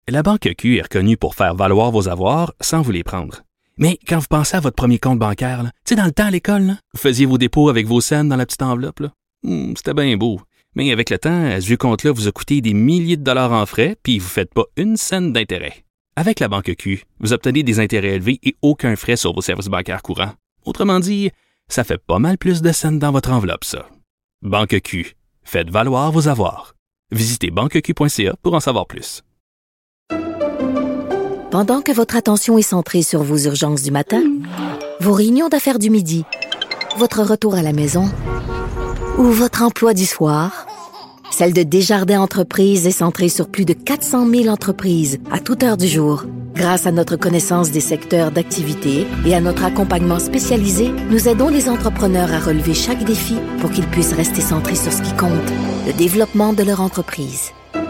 La Banque Q est reconnue pour faire valoir vos avoirs sans vous les prendre. Mais quand vous pensez à votre premier compte bancaire, tu sais, dans le temps à l'école, là, vous faisiez vos dépôts avec vos scènes dans la petite enveloppe. Là. C'était bien beau. Mais avec le temps, ce vieux compte-là vous a coûté des milliers de dollars en frais, puis vous ne faites pas une scène d'intérêt. Avec la Banque Q, vous obtenez des intérêts élevés et aucun frais sur vos services bancaires courants. Autrement dit, ça fait pas mal plus de scènes dans votre enveloppe, ça. Banque Q. Faites valoir vos avoirs. Visitez banqueq.ca pour en savoir plus. Pendant que votre attention est centrée sur vos urgences du matin, vos réunions d'affaires du midi, votre retour à la maison ou votre emploi du soir, celle de Desjardins Entreprises est centrée sur plus de 400 000 entreprises à toute heure du jour. Grâce à notre connaissance des secteurs d'activité et à notre accompagnement spécialisé, nous aidons les entrepreneurs à relever chaque défi pour qu'ils puissent rester centrés sur ce qui compte, le développement de leur entreprise.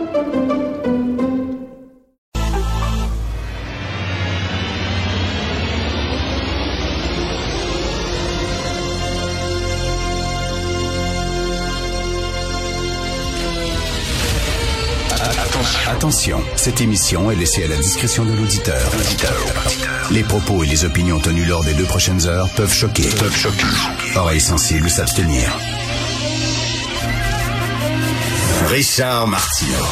Attention, cette émission est laissée à la discrétion de l'auditeur. Les propos et les opinions tenues lors des 2 prochaines heures peuvent choquer. Oreilles sensibles s'abstenir. Richard Martineau.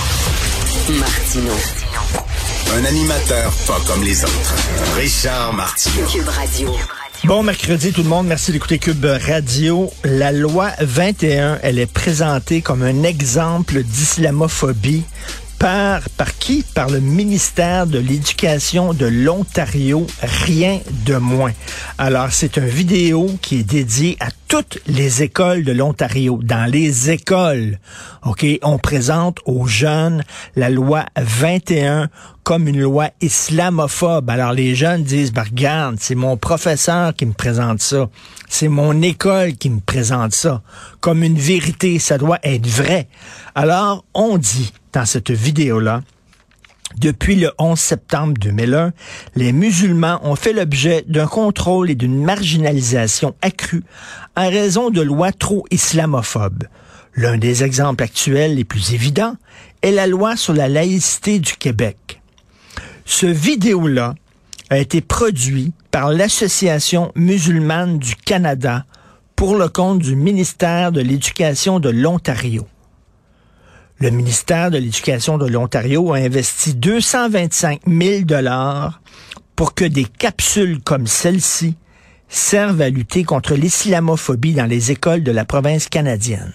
Un animateur pas comme les autres. Richard Martineau. Cube Radio. Bon mercredi tout le monde, merci d'écouter Cube Radio. La loi 21, elle est présentée comme un exemple d'islamophobie. Par qui? Par le ministère de l'Éducation de l'Ontario, rien de moins. Alors, c'est une vidéo qui est dédiée à toutes les écoles de l'Ontario. Dans les écoles, OK, on présente aux jeunes la loi 21 comme une loi islamophobe. Alors, les jeunes disent, regarde, c'est mon professeur qui me présente ça. C'est mon école qui me présente ça. Comme une vérité, ça doit être vrai. Alors, on dit dans cette vidéo-là, depuis le 11 septembre 2001, les musulmans ont fait l'objet d'un contrôle et d'une marginalisation accrue en raison de lois trop islamophobes. L'un des exemples actuels les plus évidents est la loi sur la laïcité du Québec. Ce vidéo-là a été produit par l'Association musulmane du Canada pour le compte du ministère de l'Éducation de l'Ontario. Le ministère de l'Éducation de l'Ontario a investi 225 000 $ pour que des capsules comme celle-ci servent à lutter contre l'islamophobie dans les écoles de la province canadienne.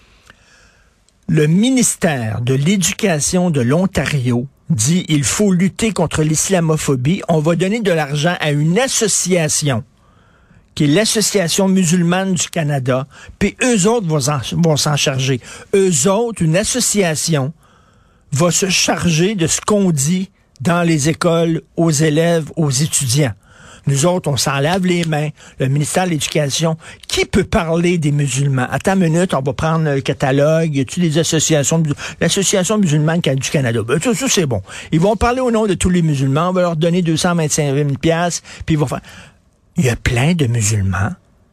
Le ministère de l'Éducation de l'Ontario dit il faut lutter contre l'islamophobie. On va donner de l'argent à une association qui est l'Association musulmane du Canada, puis eux autres vont s'en charger. Eux autres, une association, va se charger de ce qu'on dit dans les écoles, aux élèves, aux étudiants. Nous autres, on s'en lave les mains. Le ministère de l'Éducation, qui peut parler des musulmans? Attends une minute, on va prendre le catalogue. Y a-t-il des associations? L'Association musulmane du Canada. Ben, ça, c'est bon. Ils vont parler au nom de tous les musulmans. On va leur donner 225 000 $, puis ils vont faire... Il y a plein de musulmans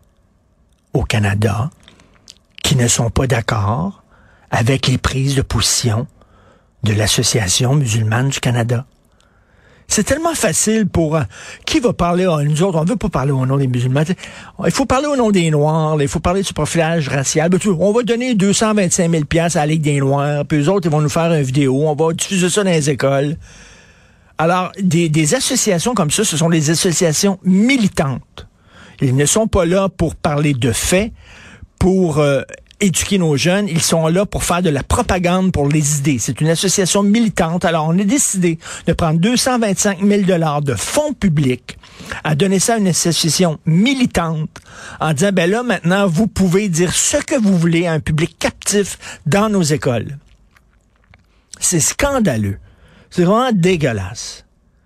au Canada qui ne sont pas d'accord avec les prises de position de l'Association musulmane du Canada. C'est tellement facile pour... qui va parler à nous autres? On ne veut pas parler au nom des musulmans. Il faut parler au nom des Noirs. Là, il faut parler du profilage racial. On va donner 225 000 $ à la Ligue des Noirs. Puis eux autres, ils vont nous faire une vidéo. On va diffuser ça dans les écoles. Alors, des associations comme ça, ce sont des associations militantes. Ils ne sont pas là pour parler de faits, pour éduquer nos jeunes. Ils sont là pour faire de la propagande pour les idées. C'est une association militante. Alors, on a décidé de prendre 225 000 $ de fonds publics à donner ça à une association militante en disant, ben là, maintenant, vous pouvez dire ce que vous voulez à un public captif dans nos écoles. C'est scandaleux. C'est vraiment dégueulasse.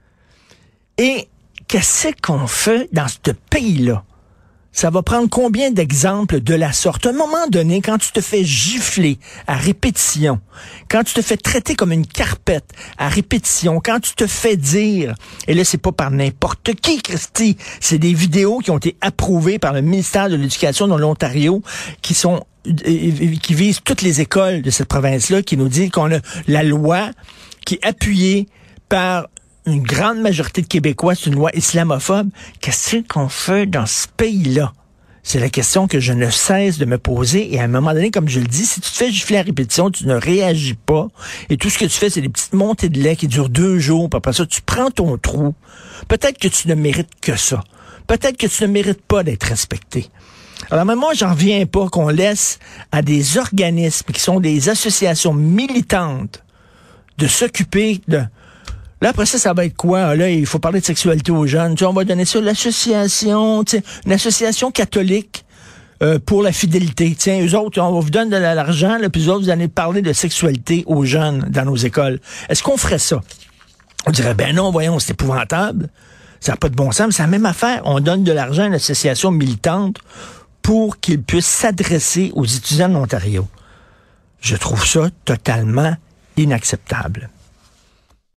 Et qu'est-ce qu'on fait dans ce pays-là? Ça va prendre combien d'exemples de la sorte? À un moment donné, quand tu te fais gifler à répétition, quand tu te fais traiter comme une carpette à répétition, quand tu te fais dire, et là, c'est pas par n'importe qui, Christy, c'est des vidéos qui ont été approuvées par le ministère de l'Éducation de l'Ontario, qui visent toutes les écoles de cette province-là, qui nous disent qu'on a la loi qui est appuyée par une grande majorité de Québécois, c'est une loi islamophobe. Qu'est-ce qu'on fait dans ce pays-là? C'est la question que je ne cesse de me poser. Et à un moment donné, comme je le dis, si tu te fais gifler à répétition, tu ne réagis pas. Et tout ce que tu fais, c'est des petites montées de lait qui durent 2 jours. Puis après ça, tu prends ton trou. Peut-être que tu ne mérites que ça. Peut-être que tu ne mérites pas d'être respecté. Alors, mais moi, j'en reviens pas qu'on laisse à des organismes qui sont des associations militantes de s'occuper de... Là, après ça va être quoi? Là, il faut parler de sexualité aux jeunes. Tu sais, on va donner ça à l'association, tu sais, une association catholique pour la fidélité. Tiens, eux autres, on vous donne de l'argent, là, puis eux autres, vous allez parler de sexualité aux jeunes dans nos écoles. Est-ce qu'on ferait ça? On dirait, ben non, voyons, c'est épouvantable. Ça n'a pas de bon sens, mais c'est la même affaire. On donne de l'argent à une association militante pour qu'ils puissent s'adresser aux étudiants de l'Ontario. Je trouve ça totalement inacceptable.